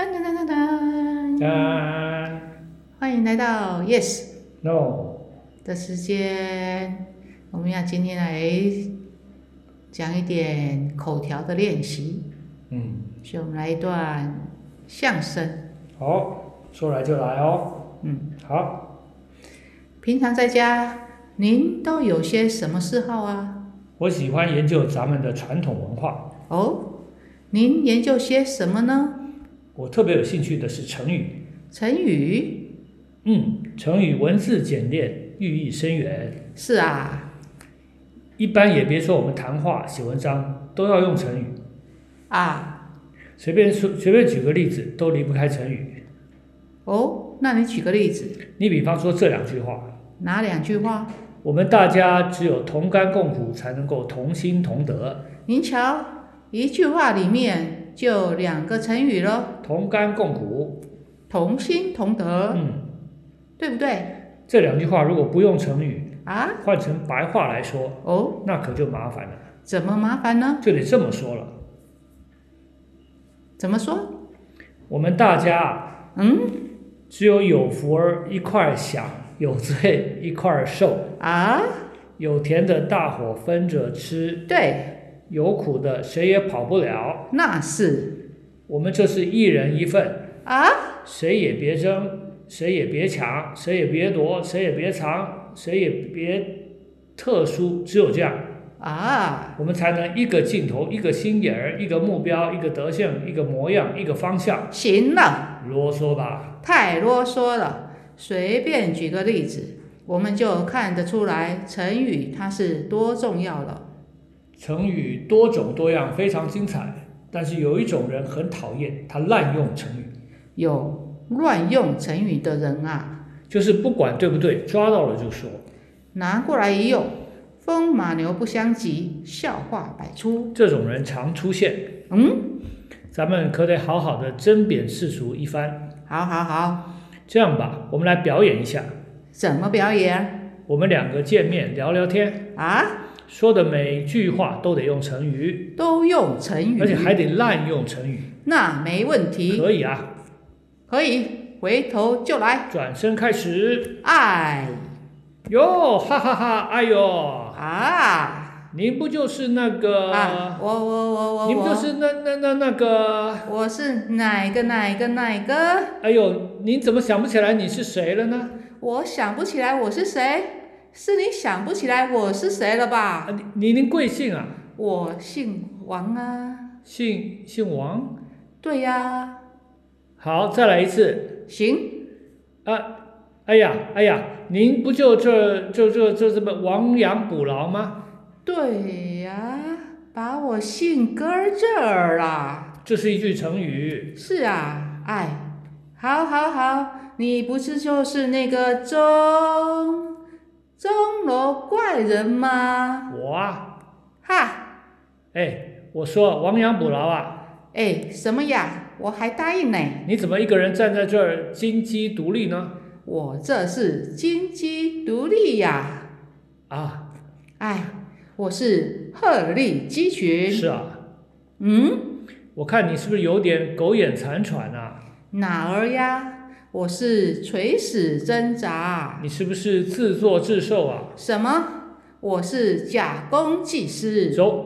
当当当当当， 当欢迎来到 Yes No 的时间。我们要今天来讲一点口条的练习。所以我们来一段相声。 好，说来就来哦。好。 平常在家，您都有些什么嗜好啊？ 我喜欢研究咱们的传统文化。 哦，您研究些什么呢？ 我特别有兴趣的是成语。 成语？ 成语文字简练，寓意深远。 是啊。 一般也别说我们谈话、写文章都要用成语啊。 随便举个例子，都离不开成语。 哦，那你举个例子。 你比方说这两句话。 哪两句话？ 我们大家只有同甘共苦，才能够同心同德。 您瞧，一句话里面就两个成语咯。 同甘共苦， 同心同德。对不对？ 这两句话如果不用成语啊， 换成白话来说，那可就麻烦了。 怎么麻烦呢？ 就得这么说了。 怎么说？ 我们大家只有福儿一块享，有罪一块受啊。 有甜的大伙分着吃， 对， 有苦的谁也跑不了。 那是。 我们这是一人一份啊， 谁也别争，谁也别抢，谁也别夺，谁也别藏，谁也别特殊，只有这样啊， 我们才能一个镜头，一个心眼儿，一个目标，一个德性，一个模样，一个方向。 行了， 啰嗦吧？ 太啰嗦了，随便举个例子，我们就看得出来成语它是多重要了。 成语多种多样，非常精彩，但是有一种人很讨厌，他滥用成语。 有乱用成语的人啊， 就是不管对不对，抓到了就说， 拿过来一用，风马牛不相及，笑话百出。 这种人常出现。咱们可得好好的甄别世俗一番。 好。 这样吧，我们来表演一下。 怎么表演？ 我们两个见面聊聊天啊， 说的每句话都得用成语， 都用成语， 而且还得滥用成语。 那没问题。 可以啊。 可以，回头就来。 转身开始。 哎哟，哈哈哈，哎呦啊！ 您不就是那个？ 我， 您不就是那个？ 我是哪个？ 哎呦，您怎么想不起来你是谁了呢？ 我想不起来我是谁，是你想不起来我是谁了吧？ 您贵姓啊？ 我姓王啊。 姓王？ 对呀。 好，再来一次。 行。 哎呀，您不就这么亡羊补牢吗？ 对呀，把我姓搁这儿了。 这是一句成语。 是啊，哎，好，你不是就是那个钟楼怪人吗？ 我啊。 哈。 我说亡羊补牢啊。 什么呀？我还答应呢。 你怎么一个人站在这儿金鸡独立呢？ 我这是金鸡独立呀。我是鹤立鸡群。 是啊。我看你是不是有点苟延残喘啊？ 哪儿呀？我是垂死挣扎。 你是不是自作自受啊？ 什么？我是假公济私。 走。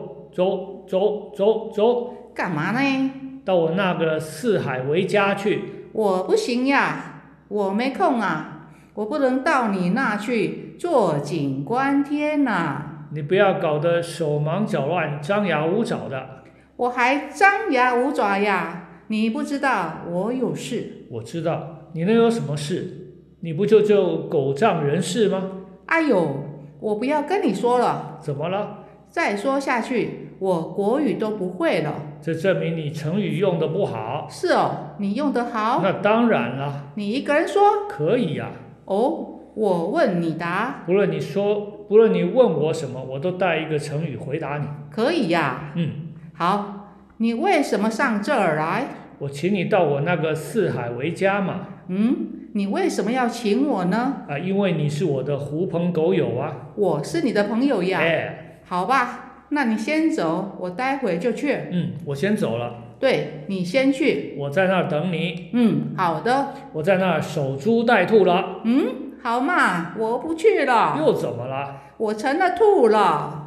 干嘛呢？ 到我那个四海为家去。 我不行呀，我没空啊，我不能到你那去坐井观天呐。 你不要搞得手忙脚乱、张牙舞爪的。 我还张牙舞爪呀？你不知道我有事。 我知道，你能有什么事？你不就狗仗人势吗？ 哎呦，我不要跟你说了。 怎么了？ 再说下去，我国语都不会了。 这证明你成语用得不好。 是哦，你用得好。 那当然了。 你一个人说？ 可以呀。 我问你答。 不论你问我什么，我都带一个成语回答你。 可以呀。好，你为什么上这儿来？ 我请你到我那个四海为家嘛。 你为什么要请我呢？ 因为你是我的狐朋狗友啊。 我是你的朋友呀。 哎。 好吧， 那你先走，我待会就去。 我先走了。 对，你先去。 我在那儿等你。 好的。 我在那儿守株待兔了。 好嘛，我不去了。 又怎么了？ 我成了兔了。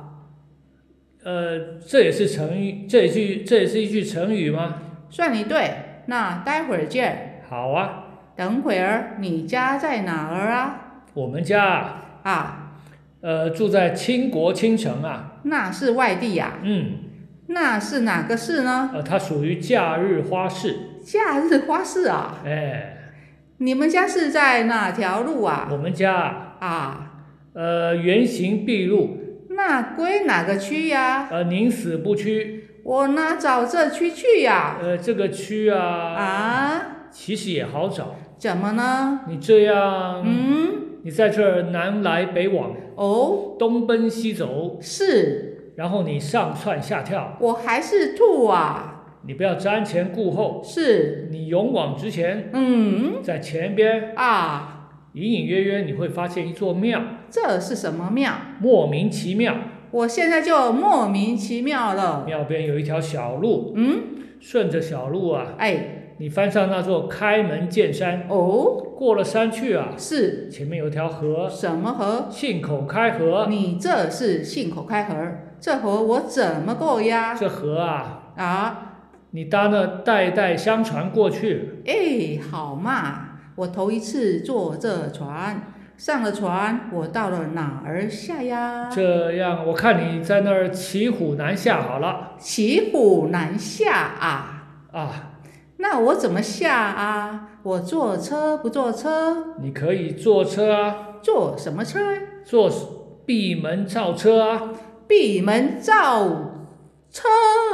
这也是成语，这也是一句成语吗？ 算你对，那待会儿见。 好啊。 等会儿你家在哪儿啊？ 我们家住在倾国倾城啊。 那是外地呀。那是哪个市呢？ 它属于假日花市。 假日花市啊？你们家是在哪条路啊？ 我们家圆形毕路。 那归哪个区呀？ 宁死不屈。 我哪找这区去呀？ 这个区其实也好找。 怎么呢？ 你这样，你在这儿南来北往，东奔西走， 是， 然后你上窜下跳， 我还是兔啊！ 你不要瞻前顾后， 是， 你勇往直前，在前边隐隐约约你会发现一座庙。 这是什么庙？ 莫名其妙。 我现在就莫名其妙了。 庙边有一条小路，顺着小路你翻上那座开门见山。过了山去是， 前面有条河。 什么河？ 信口开河。 你这是信口开河，这河我怎么过呀？ 这河你搭那代代相传过去。 好嘛，我头一次坐这船，上了船我到了哪儿下呀？ 这样我看你在那儿骑虎难下好了。 骑虎难下那我怎么下啊？我坐车不坐车？ 你可以坐车坐什么车？ 坐闭门造车闭门造车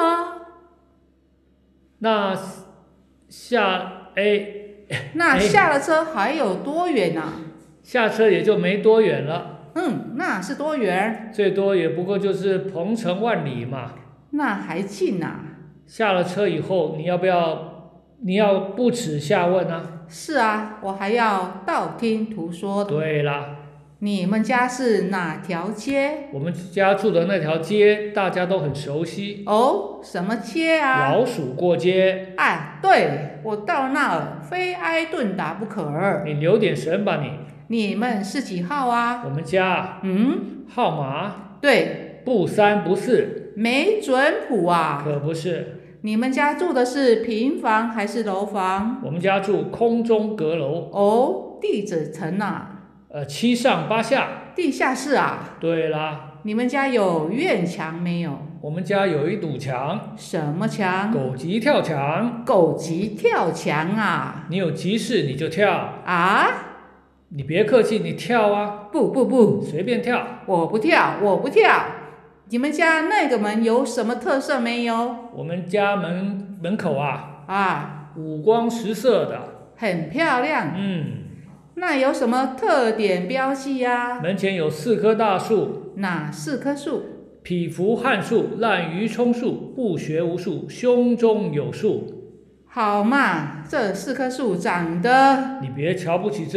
那下了车还有多远啊？ 下车也就没多远了。 那是多远？ 最多也不过就是鹏程万里嘛。 那还近啊。 下了车以后，你要不耻下问啊。 是啊，我还要道听途说的。 对了。 你们家是哪条街？ 我们家住的那条街大家都很熟悉。 什么街啊？ 老鼠过街。 对，我到那儿非挨顿打不可。 你留点神吧你。 你们是几号啊？ 我们家号码对， 不3不4。 没准谱啊。 可不是。 你们家住的是平房还是楼房？ 我们家住空中阁楼。 地址层啊 ？7上8下。 地下室啊？ 对啦。 你们家有院墙没有？ 我们家有一堵墙。 什么墙？ 狗急跳墙。 狗急跳墙啊？ 你有急事你就跳你别客气，你跳啊！ 不， 随便跳。 我不跳。你们家那个门有什么特色没有？ 我们家门口五光十色的， 很漂亮。那有什么特点标记呀？ 门前有4棵大树。 哪4棵树？ 匹夫撼树、滥竽充数、不学无术、胸中有数。 好嘛，这4棵树长得…… 你别瞧不起这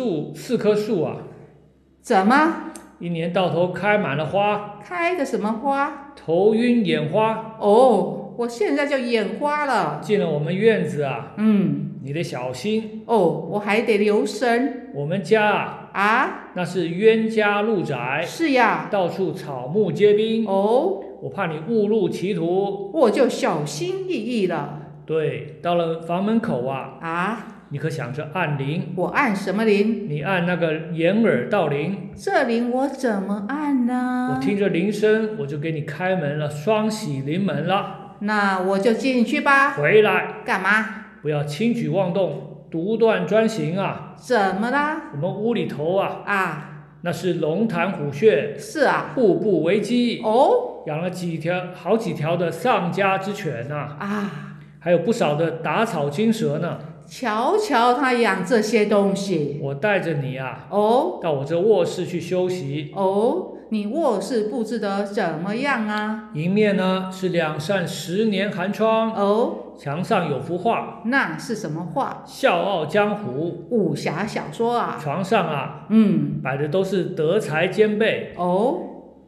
4棵树啊！ 怎么？ 一年到头开满了花。 开的什么花？ 头晕眼花。 我现在就眼花了。 进了我们院子你得小心。 我还得留神。 我们家那是冤家路窄。 是呀， 到处草木皆兵。我怕你误入歧途， 我就小心翼翼了。 对，到了房门口你可想着按铃。 我按什么铃？ 你按那个掩耳盗铃。 这铃我怎么按呢？ 我听着铃声，我就给你开门了，双喜临门了。 那我就进去吧。 回来。 干嘛？ 不要轻举妄动，独断专行啊！ 怎么啦？ 我们屋里头那是龙潭虎穴。 是啊， 步步为鸡。养了好几条的丧家之犬还有不少的打草惊蛇呢。 瞧瞧他养这些东西。 我带着你到我这卧室去休息。 你卧室布置得怎么样啊？ 迎面呢是2扇10年寒窗。墙上有幅画。 那是什么画？ 笑傲江湖。 武侠小说啊。 床上摆的都是德才兼备。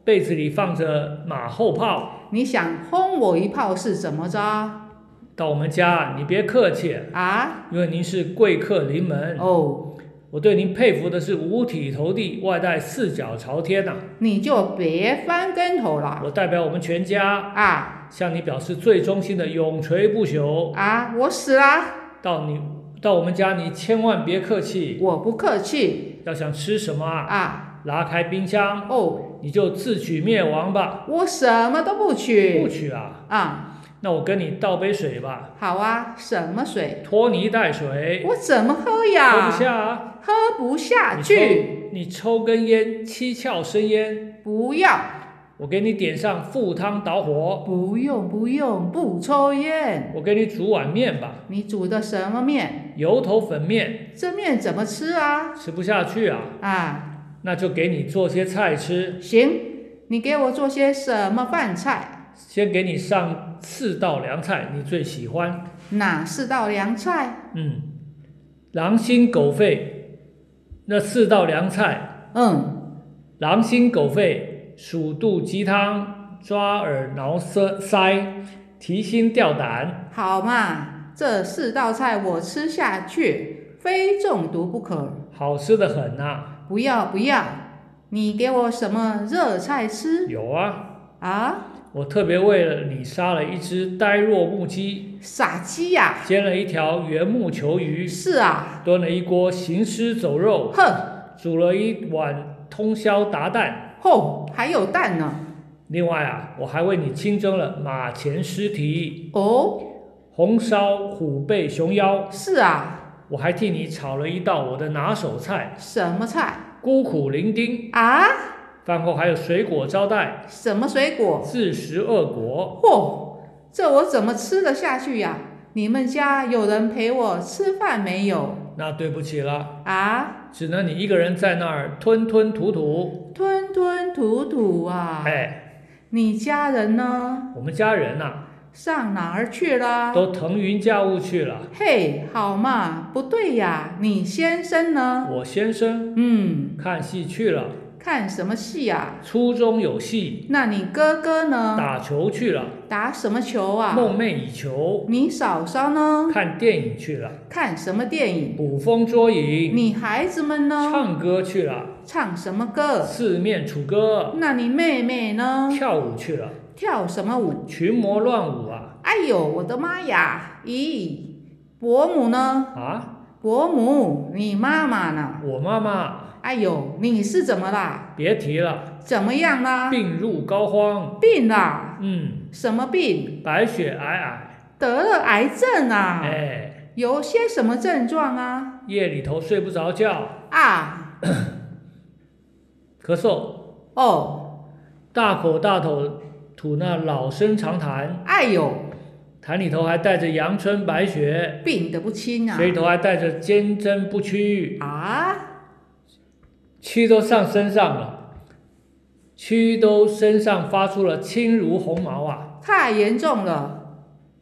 被子里放着马后炮。 你想轰我一炮是怎么着？ 到我们家，你别客气啊， 因为您是贵客临门哦。 我对您佩服的是五体投地，外带四脚朝天呐！ 你就别翻跟头了。 我代表我们全家啊， 向你表示最衷心的永垂不朽啊！我死了。 到我们家，你千万别客气。 我不客气。 要想吃什么啊？ 拉开冰箱哦， 你就自取灭亡吧。 我什么都不取。 不取啊？ 啊。 那我跟你倒杯水吧。 好啊，什么水？ 拖泥带水。 我怎么喝呀？ 喝不下啊。 喝不下去。 你抽根烟，七窍生烟。 不要。 我给你点上赴汤蹈火。 不用不用，不抽烟。 我给你煮碗面吧。 你煮的什么面？ 油头粉面。 这面怎么吃啊？ 吃不下去啊。 啊， 那就给你做些菜吃。 行，你给我做些什么饭菜？ 先给你上4道凉菜，你最喜欢哪4道凉菜？ 狼心狗肺，那4道凉菜。狼心狗肺、鼠肚鸡汤、抓耳挠腮、提心吊胆。 好嘛，这4道菜我吃下去，非中毒不可。 好吃得很啊！ 不要不要，你给我什么热菜吃？ 有啊。 啊？ 我特别为了你杀了一只呆若木鸡。 傻鸡呀！ 煎了一条缘木球鱼。 是啊。 炖了一锅行尸走肉。 哼。 煮了一碗通宵达旦。 吼，还有蛋呢。 另外啊，我还为你清蒸了马前尸体。 哦。 红烧虎背熊腰。 是啊。 我还替你炒了一道我的拿手菜。 什么菜？ 孤苦伶仃。 啊？ 饭后还有水果招待。 什么水果？ 自食恶果。 嚯，这我怎么吃得下去呀？你们家有人陪我吃饭没有？ 那对不起了。 啊？ 只能你一个人在那儿吞吞吐吐。 吞吞吐吐啊？你家人呢？ 我们家人啊， 上哪儿去了？ 都腾云驾雾去了。 嘿，好嘛，不对呀，你先生呢？ 我先生？看戏去了。 看什么戏呀？ 初中有戏。 那你哥哥呢？ 打球去了。 打什么球啊？ 梦寐以求。 你嫂嫂呢？ 看电影去了。 看什么电影？ 捕风捉影。 你孩子们呢？ 唱歌去了。 唱什么歌？ 四面楚歌。 那你妹妹呢？ 跳舞去了。 跳什么舞？ 群魔乱舞啊！ 哎呦，我的妈呀！咦，伯母呢？ 啊？ 伯母，你妈妈呢？ 我妈妈。 哎呦，你是怎么啦？ 别提了。 怎么样啦？ 病入膏肓。 病啦？什么病？ 白血癌。 得了癌症啊？有些什么症状啊？ 夜里头睡不着觉。 啊？ 咳嗽。 哦。 大口大口吐那老生常谈。 哎呦。 痰里头还带着阳春白雪。 病得不轻啊。 水里头还带着坚贞不屈。 啊？ 蛆都上身上了，蛆都身上发出了青如红毛啊！ 太严重了。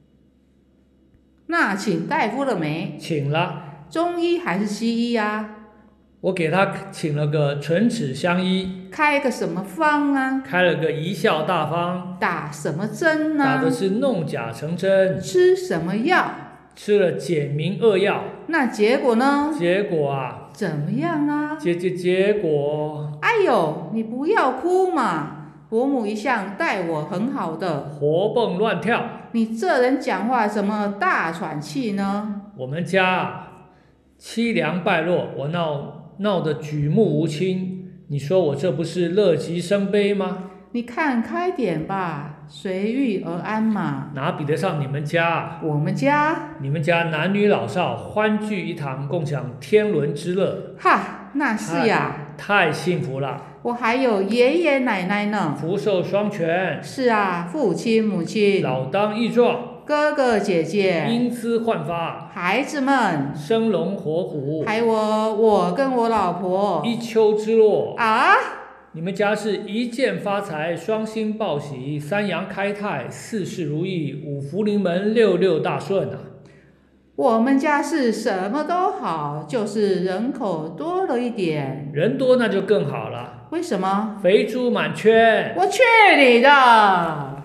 那请大夫了没？ 请了。 中医还是西医啊？ 我给他请了个唇齿相依。 开个什么方啊？ 开了个贻笑大方。 打什么针呢？ 打的是弄假成真。 吃什么药？ 吃了简明扼要。 那结果呢？ 结果啊？ 怎么样啊？ 结果…… 哎呦，你不要哭嘛！伯母一向待我很好的。 活蹦乱跳。 你这人讲话怎么大喘气呢？ 我们家凄凉败落，我闹得举目无亲，你说我这不是乐极生悲吗？ 你看开点吧，随遇而安嘛。 哪比得上你们家？ 我们家？ 你们家男女老少欢聚一堂，共享天伦之乐。 哈，那是呀。 太幸福了。 我还有爷爷奶奶呢。 福寿双全。 是啊，父亲母亲。 老当益壮。 哥哥姐姐。 英姿焕发。 孩子们。 生龙活虎。 还有我跟我老婆。 一丘之貉。 啊？ 你们家是一件发财，双星报喜，三阳开泰，四事如意，五福临门，六六大顺啊！ 我们家是什么都好，就是人口多了一点。 人多那就更好了。 为什么？ 肥猪满圈。 我去你的！哈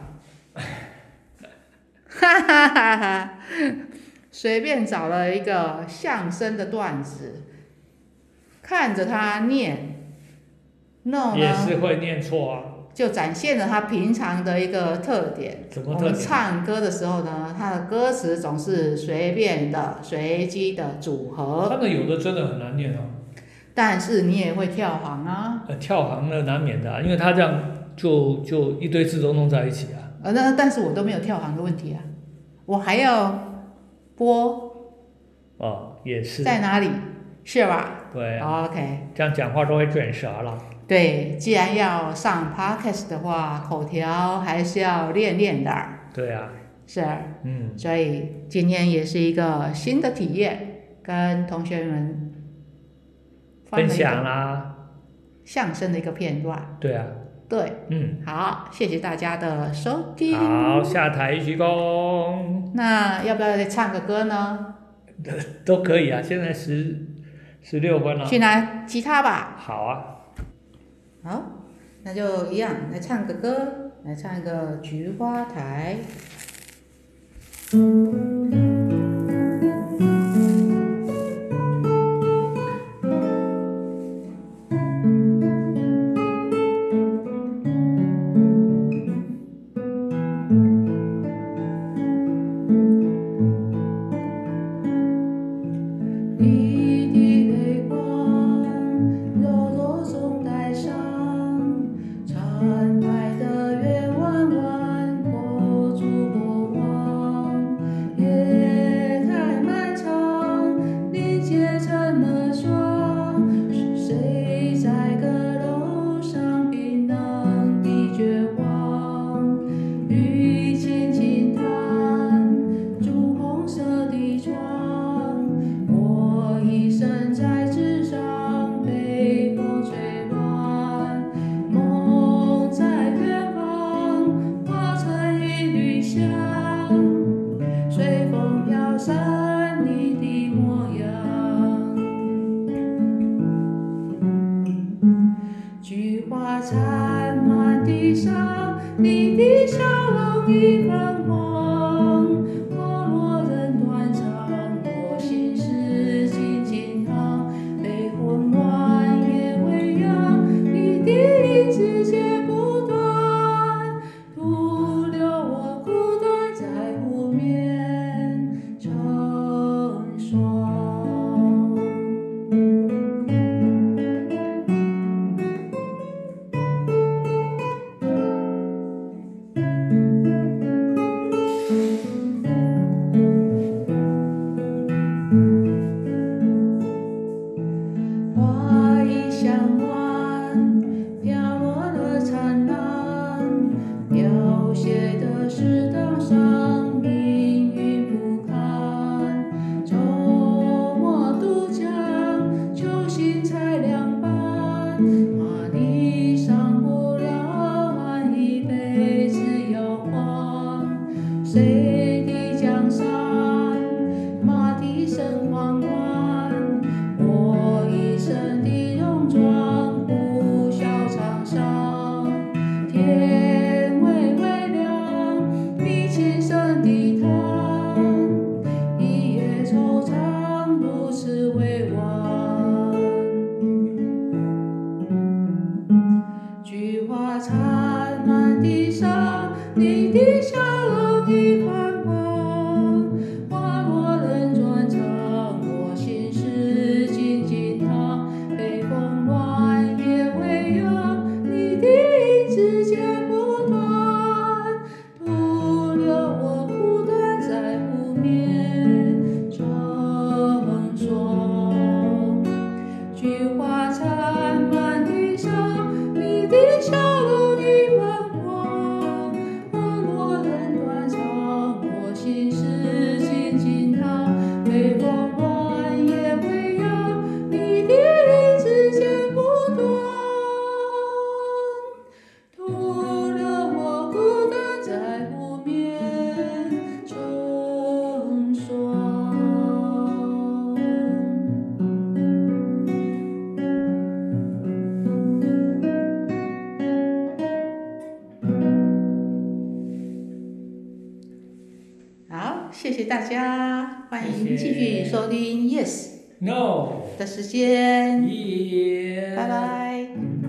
哈哈哈！随便找了一个相声的段子，看着他念， 也是会念错啊。 就展现了他平常的一个特点。 什么特点？ 我们唱歌的时候呢，他的歌词总是随便的、随机的组合。 他们有的真的很难念哦。 但是你也会跳行啊。 跳行那难免的，因为他这样就一堆字都弄在一起啊。 但是我都没有跳行的问题啊，我还要播。 哦，也是。 在哪里？是吧？ 对啊。 OK。 这样讲话都会卷舌了。 对，既然要上 Podcast 的话，口条还是要练练的。 对啊。 是。所以今天也是一个新的体验，跟同学们分享啦。 相声的一个片段。 对啊。 对。好，谢谢大家的收听。 好，下台鞠躬。 那要不要再唱个歌呢？ 都可以啊，现在16分了。 去拿吉他吧。 好啊。 好，那就一样来唱个歌，来唱一个《菊花台》。 谢谢大家，欢迎继续收听 Yes No 的时间， 拜拜拜。